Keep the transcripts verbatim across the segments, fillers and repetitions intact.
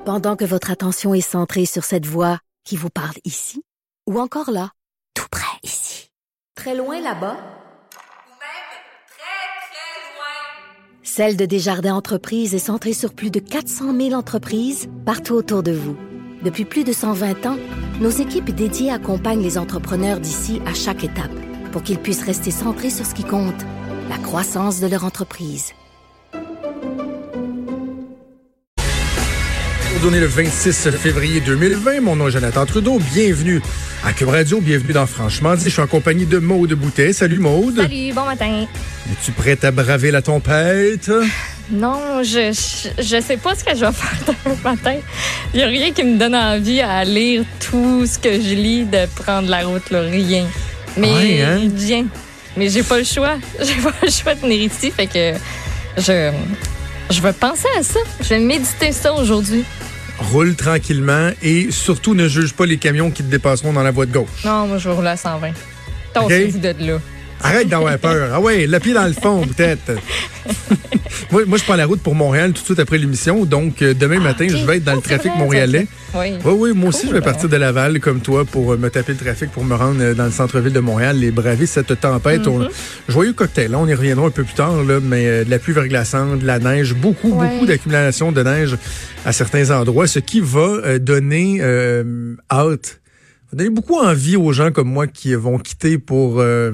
Pendant que votre attention est centrée sur cette voix qui vous parle ici, ou encore là, tout près ici, très loin là-bas, ou même très, très loin, Celle de Desjardins Entreprises est centrée sur plus de quatre cent mille entreprises partout autour de vous. Depuis plus de cent vingt ans, nos équipes dédiées accompagnent les entrepreneurs d'ici à chaque étape pour qu'ils puissent rester centrés sur ce qui compte, la croissance de leur entreprise. On est le vingt-six février deux mille vingt. Mon nom est Jonathan Trudeau. Bienvenue à Cube Radio. Bienvenue dans Franchement dit. Je suis en compagnie de Maude Boutet. Salut Maude. Salut, bon matin. Es-tu prête à braver la tempête? Non, je, je je sais pas ce que je vais faire demain matin. Il n'y a rien qui me donne envie à lire tout ce que je lis, de prendre la route, là, rien. Mais ouais, hein? Bien. Mais j'ai pas le choix. J'ai pas le choix de venir ici, fait que je je vais penser à ça. Je vais méditer ça aujourd'hui. Roule tranquillement et surtout ne juge pas les camions qui te dépasseront dans la voie de gauche. Non, moi je vais rouler à cent vingt. Torsez-vous okay. de là. Arrête d'avoir peur. Ah ouais, le pied dans le fond, peut-être. moi, moi, je prends la route pour Montréal tout de suite après l'émission. Donc, euh, demain ah, matin, okay. je vais être dans oh, le trafic vrai, montréalais. Oui. oui, oui, moi cool, aussi, je vais partir de Laval, comme toi, pour me taper le trafic, pour me rendre dans le centre-ville de Montréal et braver cette tempête. Mm-hmm. On... Joyeux cocktail. Là, on y reviendra un peu plus tard, là, mais euh, de la pluie verglaçante, de la neige, beaucoup, ouais. beaucoup d'accumulation de neige à certains endroits, ce qui va euh, donner euh, hâte, va donner beaucoup envie aux gens comme moi qui vont quitter pour... Euh,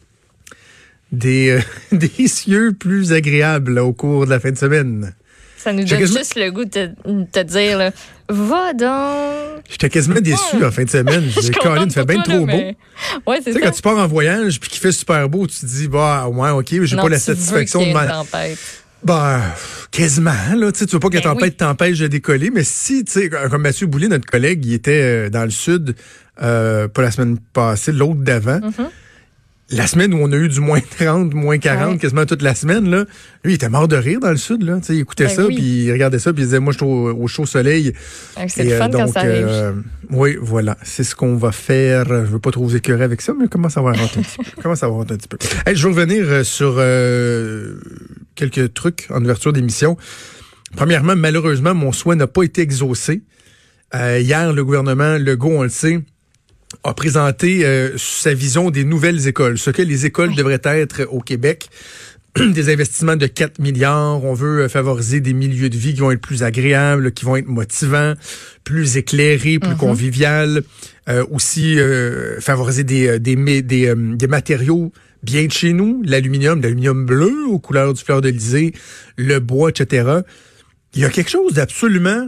Des, euh, des cieux plus agréables là, au cours de la fin de semaine. Ça nous donne quasiment... juste le goût de te, de te dire, là, va donc. J'étais quasiment déçu ouais. en fin de semaine. Je disais, Colin, il fait bien trop mais... beau. Ouais, c'est tu sais, ça. quand tu pars en voyage puis qu'il fait super beau, tu te dis, bah, ouais, OK, j'ai non, pas la satisfaction de ma. Tempête. Bah, quasiment, là. Tu sais, tu veux pas que la tempête oui. t'empêche de décoller, mais si, tu sais, comme Mathieu Boulay, notre collègue, il était dans le sud, euh, pas la semaine passée, l'autre d'avant. Mm-hmm. La semaine où on a eu du moins trente, moins quarante, ouais. quasiment toute la semaine, là, lui, il était mort de rire dans le sud. Là. Il écoutait ben ça, oui. puis il regardait ça, puis il disait, moi, je suis au, au chaud soleil. Ouais, c'est et, le fun euh, donc, quand ça arrive. Euh, oui, voilà. C'est ce qu'on va faire. Je veux pas trop vous écœurer avec ça, mais comment ça va rentrer un petit peu? Comment ça va rentrer un petit peu? Hey, je vais revenir sur euh, quelques trucs en ouverture d'émission. Premièrement, malheureusement, mon souhait n'a pas été exaucé. Euh, hier, le gouvernement Legault, on le sait, a présenté euh, sa vision des nouvelles écoles, ce que les écoles devraient être au Québec. Des investissements de quatre milliards. On veut favoriser des milieux de vie qui vont être plus agréables, qui vont être motivants, plus éclairés, plus mm-hmm. conviviales. Euh, aussi euh, favoriser des des des, des, euh, des matériaux bien de chez nous, l'aluminium, l'aluminium bleu aux couleurs du fleur-de-lysée, le bois, et cetera. Il y a quelque chose d'absolument...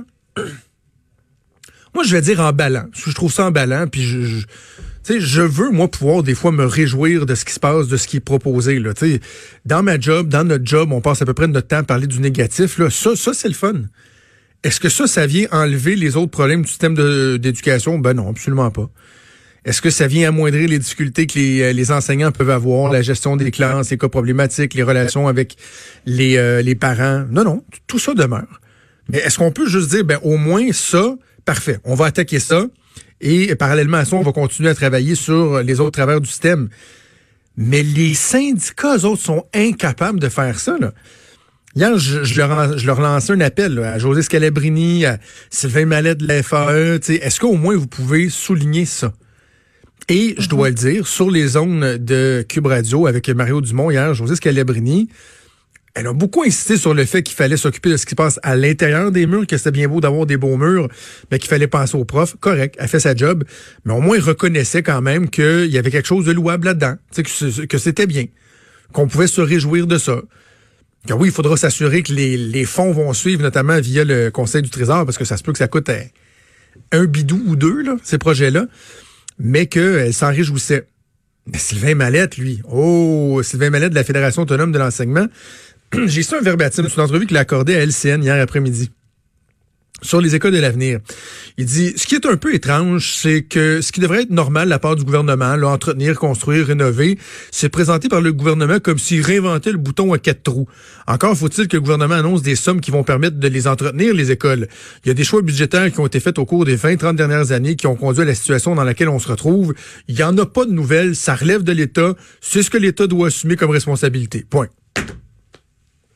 Moi, je vais dire emballant. Je trouve ça emballant, puis je, je, tu sais, je veux, moi, pouvoir des fois me réjouir de ce qui se passe, de ce qui est proposé. Là. Tu sais, dans ma job, dans notre job, on passe à peu près de notre temps à parler du négatif. Là. Ça, ça, c'est le fun. Est-ce que ça, ça vient enlever les autres problèmes du système de, d'éducation? Ben non, absolument pas. Est-ce que ça vient amoindrir les difficultés que les, les enseignants peuvent avoir, la gestion des classes, les cas problématiques, les relations avec les, euh, les parents? Non, non, tout ça demeure. Mais est-ce qu'on peut juste dire, ben au moins ça... Parfait. On va attaquer ça. Et parallèlement à ça, on va continuer à travailler sur les autres travers du système. Mais les syndicats, eux autres, sont incapables de faire ça. Là. Hier, je, je, leur, je leur lançais un appel là, à José Scalabrini, à Sylvain Mallet de la F A E. Est-ce qu'au moins vous pouvez souligner ça? Et je dois mm-hmm. le dire, sur les zones de Cube Radio avec Mario Dumont hier, José Scalabrini, elle a beaucoup insisté sur le fait qu'il fallait s'occuper de ce qui se passe à l'intérieur des murs, que c'était bien beau d'avoir des beaux murs, mais qu'il fallait penser aux profs. Correct, elle fait sa job, mais au moins elle reconnaissait quand même qu'il y avait quelque chose de louable là-dedans, que, que c'était bien, qu'on pouvait se réjouir de ça. Que oui, il faudra s'assurer que les, les fonds vont suivre, notamment via le Conseil du Trésor, parce que ça se peut que ça coûte un, un bidou ou deux, là, ces projets-là, mais qu'elle s'en réjouissait. Mais Sylvain Mallette, lui, oh, Sylvain Mallette de la Fédération autonome de l'enseignement, j'ai su un verbatim, c'est une entrevue qu'il a accordée à L C N hier après-midi sur les écoles de l'avenir. Il dit, ce qui est un peu étrange, c'est que ce qui devrait être normal de la part du gouvernement, là, entretenir, construire, rénover, c'est présenté par le gouvernement comme s'il réinventait le bouton à quatre trous. Encore faut-il que le gouvernement annonce des sommes qui vont permettre de les entretenir, les écoles. Il y a des choix budgétaires qui ont été faits au cours des vingt trente dernières années qui ont conduit à la situation dans laquelle on se retrouve. Il n'y en a pas de nouvelles, ça relève de l'État, c'est ce que l'État doit assumer comme responsabilité. Point.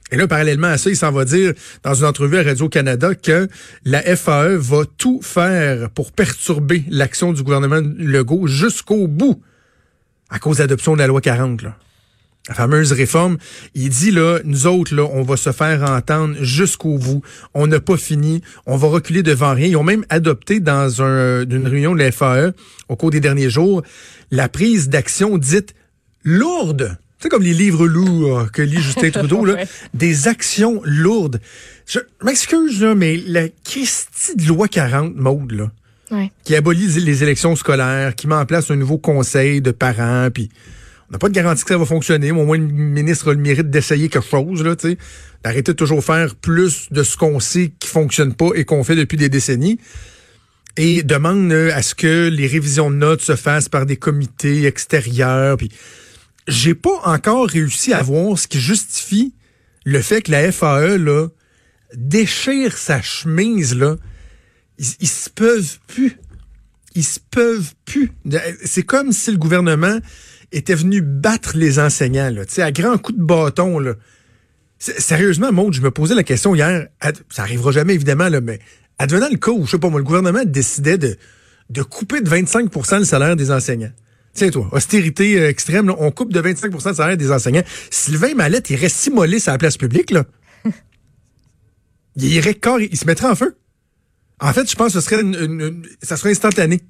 Et là, parallèlement à ça, il s'en va dire dans une entrevue à Radio-Canada que la F A E va tout faire pour perturber l'action du gouvernement Legault jusqu'au bout à cause de l'adoption de la loi quarante, là. La fameuse réforme. Il dit, là, nous autres, là, on va se faire entendre jusqu'au bout. On n'a pas fini. On va reculer devant rien. Ils ont même adopté dans un, une réunion de la F A E au cours des derniers jours la prise d'action dite lourde. Tu sais, comme les livres lourds que lit Justin Trudeau, là, ouais. Des actions lourdes. Je m'excuse, là, mais la Christie de loi quarante, Maude, là, ouais. Qui abolit les élections scolaires, qui met en place un nouveau conseil de parents, puis on n'a pas de garantie que ça va fonctionner, mais au moins le ministre a le mérite d'essayer quelque chose, là, tu sais, d'arrêter de toujours faire plus de ce qu'on sait qui fonctionne pas et qu'on fait depuis des décennies. Et demande euh, à ce que les révisions de notes se fassent par des comités extérieurs, puis j'ai pas encore réussi à voir ce qui justifie le fait que la F A E, là, déchire sa chemise, là. Ils, ils se peuvent plus. Ils se peuvent plus. C'est comme si le gouvernement était venu battre les enseignants, là. Tu sais, à grands coups de bâton, là. Sérieusement, Maud, je me posais la question hier. Ça arrivera jamais, évidemment, là, mais advenant le cas où, je sais pas moi, le gouvernement décidait de, de couper de vingt-cinq pour cent le salaire des enseignants. Tiens, toi, austérité euh, extrême, là, on coupe de vingt-cinq pour cent de salaire des enseignants. Sylvain Mallette, il reste immolé sur la place publique, là. il irait carré, il se mettrait en feu. En fait, je pense que ce serait une, une, une, ça serait instantané.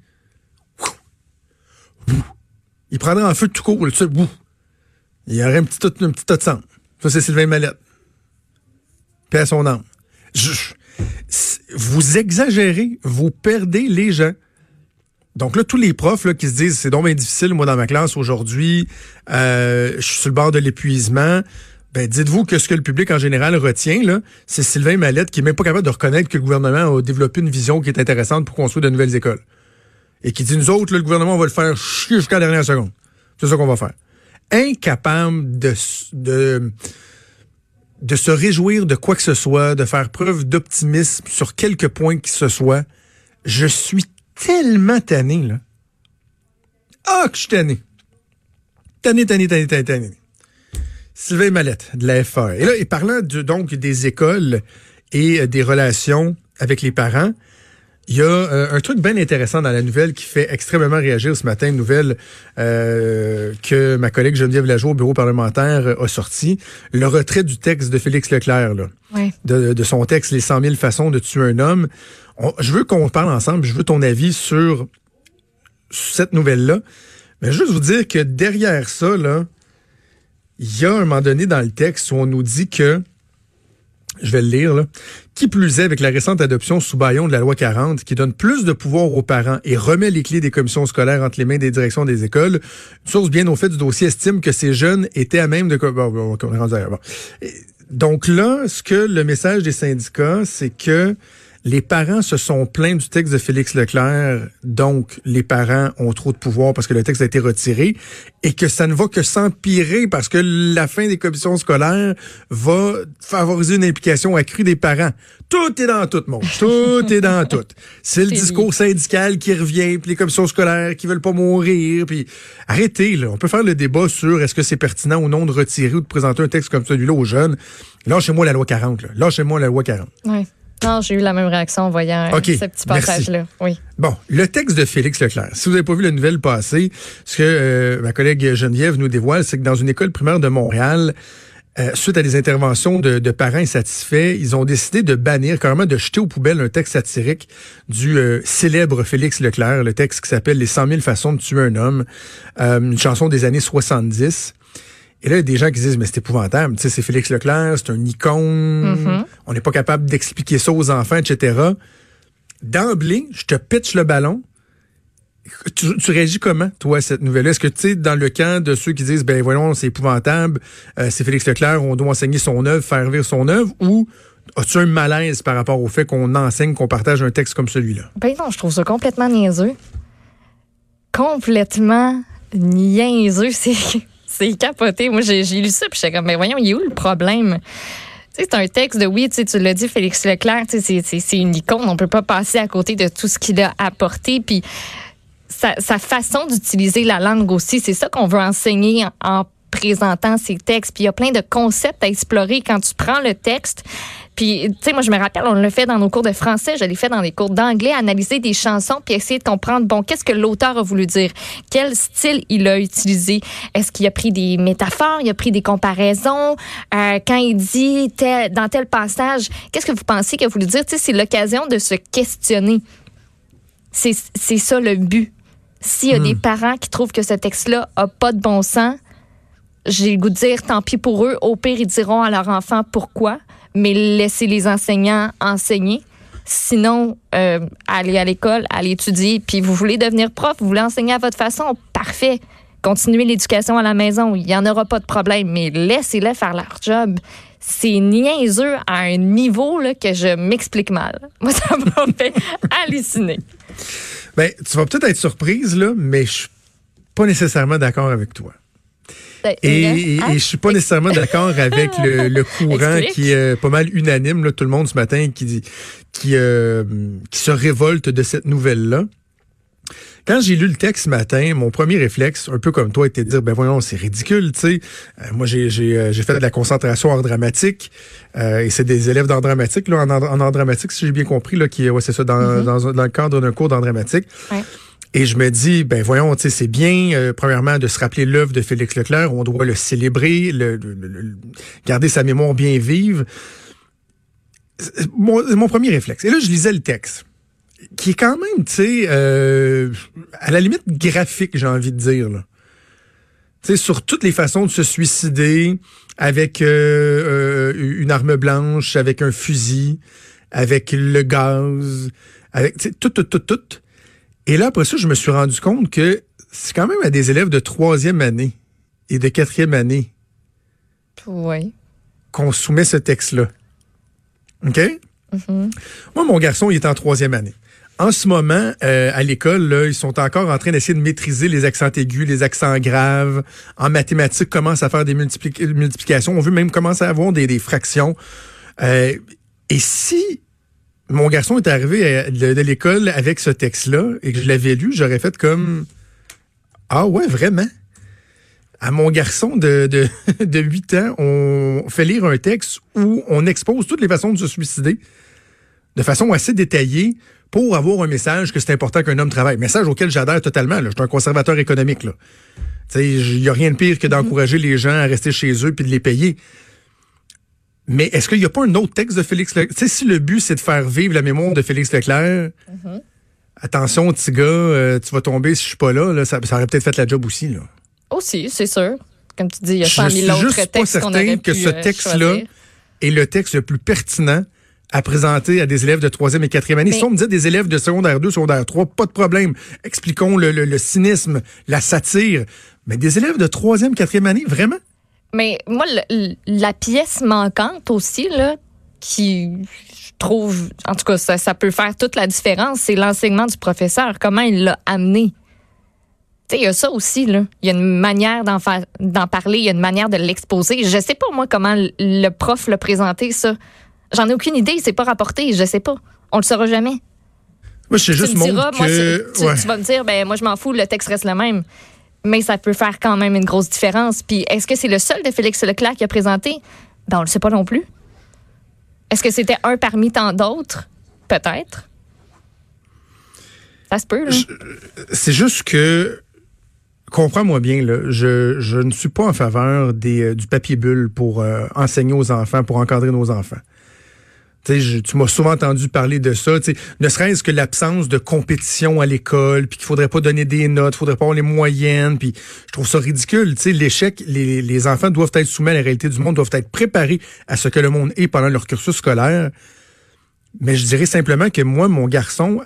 Il prendrait en feu tout court, là, tu sais, il y aurait un petit tas, un petit tas de sang. Ça, c'est Sylvain Mallette. Paix à son âme. Je, vous exagérez, vous perdez les gens. Donc là, tous les profs là, qui se disent « c'est donc bien difficile, moi, dans ma classe aujourd'hui, euh, je suis sur le bord de l'épuisement », ben dites-vous que ce que le public en général retient, là, c'est Sylvain Mallette qui est même pas capable de reconnaître que le gouvernement a développé une vision qui est intéressante pour construire de nouvelles écoles. Et qui dit « nous autres, là, le gouvernement, on va le faire chier jusqu'à la dernière seconde. » C'est ça qu'on va faire. Incapable de, de, de se réjouir de quoi que ce soit, de faire preuve d'optimisme sur quelque point que ce soit, je suis tellement tanné, là. Ah, que je suis tanné. Tanné, tanné, tanné, tanné, tanné. Sylvain Mallette, de la F A E. Et là, et parlant de, donc des écoles et euh, des relations avec les parents, il y a euh, un truc bien intéressant dans la nouvelle qui fait extrêmement réagir ce matin, une nouvelle euh, que ma collègue Geneviève Lajoie au bureau parlementaire euh, a sorti. Le retrait du texte de Félix Leclerc, là. Oui. De, de son texte « Les cent mille façons de tuer un homme ». On, je veux qu'on parle ensemble, je veux ton avis sur, sur cette nouvelle-là. Mais juste vous dire que derrière ça, là, il y a un moment donné dans le texte où on nous dit que, je vais le lire, là, qui plus est avec la récente adoption sous bâillon de la loi quarante, qui donne plus de pouvoir aux parents et remet les clés des commissions scolaires entre les mains des directions des écoles, une source bien au fait du dossier estime que ces jeunes étaient à même de... Bon, bon, on est rendu ailleurs. Bon. Donc là, ce que le message des syndicats, c'est que les parents se sont plaints du texte de Félix Leclerc, donc les parents ont trop de pouvoir parce que le texte a été retiré et que ça ne va que s'empirer parce que la fin des commissions scolaires va favoriser une implication accrue des parents. Tout est dans tout, mon. Tout est dans tout. C'est le discours syndical qui revient, puis les commissions scolaires qui veulent pas mourir, puis arrêtez, là. On peut faire le débat sur est-ce que c'est pertinent ou non de retirer ou de présenter un texte comme celui-là aux jeunes. Lâchez-moi la loi quarante, là. Lâchez-moi la loi quarante. Oui. Non, j'ai eu la même réaction en voyant okay, ce petit passage-là. Oui. Bon, le texte de Félix Leclerc. Si vous n'avez pas vu la nouvelle passer, ce que euh, ma collègue Geneviève nous dévoile, c'est que dans une école primaire de Montréal, euh, suite à des interventions de, de parents insatisfaits, ils ont décidé de bannir, carrément de jeter aux poubelles un texte satirique du euh, célèbre Félix Leclerc, le texte qui s'appelle « Les cent mille façons de tuer un homme euh, », une chanson des années soixante-dix. Et là, il y a des gens qui disent, mais c'est épouvantable. Tu sais, c'est Félix Leclerc, c'est un icône. Mm-hmm. On n'est pas capable d'expliquer ça aux enfants, et cetera. D'emblée, je te pitch le ballon. Tu, tu réagis comment, toi, à cette nouvelle-là? Est-ce que tu es dans le camp de ceux qui disent, ben voyons, c'est épouvantable, euh, c'est Félix Leclerc, on doit enseigner son œuvre, faire vivre son œuvre, ou as-tu un malaise par rapport au fait qu'on enseigne, qu'on partage un texte comme celui-là? Ben non, je trouve ça complètement niaiseux. Complètement niaiseux, c'est... C'est capoté. Moi, j'ai, j'ai lu ça, puis j'étais comme, mais voyons, il est où le problème? Tu sais, c'est un texte de, oui, tu sais, tu l'as dit, Félix Leclerc, tu sais, c'est, c'est, c'est une icône. On peut pas passer à côté de tout ce qu'il a apporté. Puis sa, sa façon d'utiliser la langue aussi, c'est ça qu'on veut enseigner en, en présentant ses textes. Puis il y a plein de concepts à explorer quand tu prends le texte. Puis, tu sais, moi, je me rappelle, on le fait dans nos cours de français, je l'ai fait dans les cours d'anglais, analyser des chansons puis essayer de comprendre, bon, qu'est-ce que l'auteur a voulu dire? Quel style il a utilisé? Est-ce qu'il a pris des métaphores? Il a pris des comparaisons? Euh, quand il dit tel, dans tel passage, qu'est-ce que vous pensez qu'il a voulu dire? Tu sais, c'est l'occasion de se questionner. C'est, c'est ça le but. S'il y a mmh. des parents qui trouvent que ce texte-là a pas de bon sens, j'ai le goût de dire, tant pis pour eux. Au pire, ils diront à leur enfant pourquoi. Mais laissez les enseignants enseigner. Sinon, euh, allez à l'école, allez étudier. Puis vous voulez devenir prof, vous voulez enseigner à votre façon, parfait. Continuez l'éducation à la maison, il n'y en aura pas de problème. Mais laissez-les faire leur job. C'est niaiseux à un niveau là, que je m'explique mal. Moi, ça m'a fait halluciner. Ben, tu vas peut-être être surprise, là, mais je suis pas nécessairement d'accord avec toi. Et, et, et je suis pas nécessairement d'accord avec le, le courant Explique. qui est pas mal unanime, là, tout le monde ce matin qui dit, qui, euh, qui se révolte de cette nouvelle-là. Quand j'ai lu le texte ce matin, mon premier réflexe, un peu comme toi, était de dire, ben voyons, c'est ridicule, tu sais. Euh, moi, j'ai, j'ai, j'ai fait de la concentration en dramatique, euh, et c'est des élèves d'art dramatique, là, en, en art dramatique, si j'ai bien compris, là, qui, ouais, c'est ça, dans, mm-hmm. dans, dans le cadre d'un cours d'art dramatique. Ouais. Et je me dis, ben voyons, tu sais, c'est bien, euh, premièrement, de se rappeler l'œuvre de Félix Leclerc. On doit le célébrer, le, le, le, garder sa mémoire bien vive. Mon, mon premier réflexe. Et là, je lisais le texte, qui est quand même, tu sais, euh, à la limite graphique, j'ai envie de dire, là. Tu sais, sur toutes les façons de se suicider, avec euh, euh, une arme blanche, avec un fusil, avec le gaz, avec, tu sais, tout, tout, tout, tout. Et là, après ça, je me suis rendu compte que c'est quand même à des élèves de troisième année et de quatrième année oui. qu'on soumet ce texte-là. OK? Mm-hmm. Moi, mon garçon, il est en troisième année. En ce moment, euh, à l'école, là, ils sont encore en train d'essayer de maîtriser les accents aigus, les accents graves. En mathématiques, commencent à faire des multipli- multiplications. On veut même commencer à avoir des, des fractions. Euh, et si mon garçon est arrivé de, de l'école avec ce texte-là et que je l'avais lu, j'aurais fait comme « Ah ouais, vraiment? » À mon garçon de, de, de huit ans, on fait lire un texte où on expose toutes les façons de se suicider de façon assez détaillée pour avoir un message que c'est important qu'un homme travaille. Message auquel j'adhère totalement. Là. Je suis un conservateur économique. Il n'y a rien de pire que d'encourager les gens à rester chez eux puis de les payer. Mais est-ce qu'il n'y a pas un autre texte de Félix Leclerc? Tu sais, si le but, c'est de faire vivre la mémoire de Félix Leclerc, mm-hmm. attention, petit gars, euh, tu vas tomber si je suis pas là, là ça, ça aurait peut-être fait la job aussi. Là. Aussi, c'est sûr. Comme tu dis, il y a cent mille autres textes qu'on aurait pu que ce texte-là choisir. Est le texte le plus pertinent à présenter à des élèves de troisième et quatrième année. Mais... Si on me dit des élèves de secondaire deux, secondaire trois, pas de problème. Expliquons le, le, le cynisme, la satire. Mais des élèves de troisième, quatrième année, vraiment? Mais moi, le, la pièce manquante aussi, là, qui, je trouve, en tout cas, ça, ça peut faire toute la différence, c'est l'enseignement du professeur. Comment il l'a amené. Tu sais, il y a ça aussi, là. Il y a une manière d'en, fa- d'en parler, il y a une manière de l'exposer. Je sais pas, moi, comment le prof l'a présenté, ça. J'en ai aucune idée, c'est pas rapporté, je sais pas. On le saura jamais. Moi, je sais juste tu me diras, que... moi, tu, ouais. tu vas me dire, ben moi, je m'en fous, le texte reste le même. Mais ça peut faire quand même une grosse différence. Puis est-ce que c'est le seul de Félix Leclerc qui a présenté? Ben, on le sait pas non plus. Est-ce que c'était un parmi tant d'autres? Peut-être. Ça se peut, là. Je, c'est juste que, comprends-moi bien, là, je, je ne suis pas en faveur des, euh, du papier bulle pour euh, enseigner aux enfants, pour encadrer nos enfants. T'sais, je, tu m'as souvent entendu parler de ça, t'sais, ne serait-ce que l'absence de compétition à l'école, puis qu'il faudrait pas donner des notes, faudrait pas avoir les moyennes, puis je trouve ça ridicule. T'sais, l'échec, les, les enfants doivent être soumis à la réalité du monde, doivent être préparés à ce que le monde est pendant leur cursus scolaire. Mais je dirais simplement que moi, mon garçon,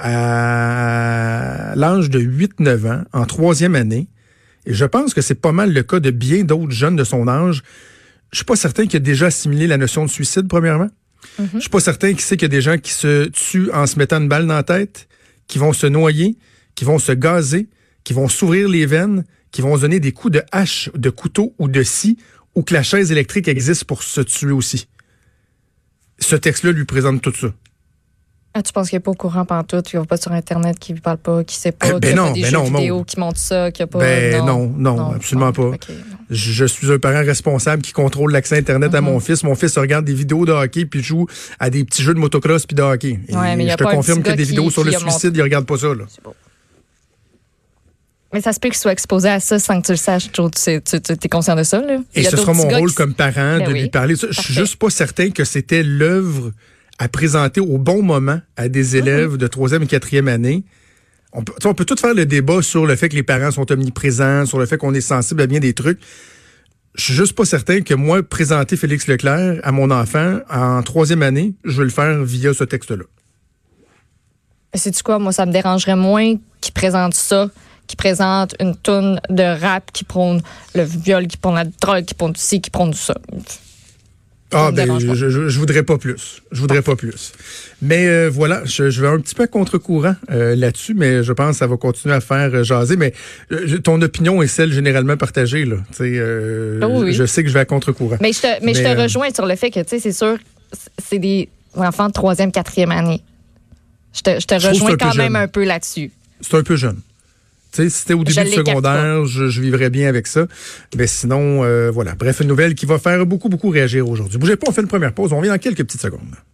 à l'âge de huit neuf ans, en troisième année, et je pense que c'est pas mal le cas de bien d'autres jeunes de son âge, je suis pas certain qu'il a déjà assimilé la notion de suicide, premièrement. Mm-hmm. Je suis pas certain qu'il sait qu'il y a des gens qui se tuent en se mettant une balle dans la tête, qui vont se noyer, qui vont se gazer, qui vont s'ouvrir les veines, qui vont se donner des coups de hache, de couteau ou de scie, ou que la chaise électrique existe pour se tuer aussi. Ce texte-là lui présente tout ça. Ah, tu penses qu'il n'est pas au courant pantoute, qu'il ne va pas sur Internet, qu'il ne parle pas, qu'il ne sait pas, ben qu'il n'y a non, pas des ben jeux non, vidéo Maud. qui montrent ça, qu'il n'y a pas... Ben non, non, non absolument non, pas. Okay, non. Je, je suis un parent responsable qui contrôle l'accès Internet mm-hmm. à mon fils. Mon fils regarde des vidéos de hockey puis joue à des petits jeux de motocross puis de hockey. Ouais, mais je y a te pas confirme que des qui, vidéos sur le suicide, montré... il ne regarde pas ça. Là. C'est beau. Mais ça se peut qu'il soit exposé à ça sans que tu le saches. Tu, tu, tu, tu es conscient de ça, là? Et ce sera mon rôle qui... comme parent ben de oui. lui parler de ça. Je suis juste pas certain que c'était l'œuvre à présenter au bon moment à des élèves mm-hmm. de troisième et quatrième année. On peut, on peut tout faire le débat sur le fait que les parents sont omniprésents, sur le fait qu'on est sensible à bien des trucs. Je suis juste pas certain que moi, présenter Félix Leclerc à mon enfant en troisième année, je vais le faire via ce texte-là. Sais-tu quoi? Moi, ça me dérangerait moins qu'il présente ça, qu'il présente une toune de rap qui prône le viol, qui prône la drogue, qui prône ci, qui prône ça. Ah, ben, je, je, je voudrais pas plus. Je voudrais pas plus. Mais euh, voilà, je, je vais un petit peu à contre-courant euh, là-dessus, mais je pense que ça va continuer à faire euh, jaser. Mais euh, ton opinion est celle généralement partagée, là. Tu sais, euh, oh oui. je, je sais que je vais à contre-courant. Mais je te, mais mais je te euh, rejoins sur le fait que, tu sais, c'est sûr, c'est des enfants de troisième, quatrième année. Je te, je te je rejoins quand même jeune. un peu là-dessus. C'est un peu jeune. Tu sais, si c'était au début du secondaire, je, je vivrais bien avec ça. Mais sinon, euh, voilà. Bref, une nouvelle qui va faire beaucoup, beaucoup réagir aujourd'hui. Bougez pas, on fait une première pause. On revient dans quelques petites secondes.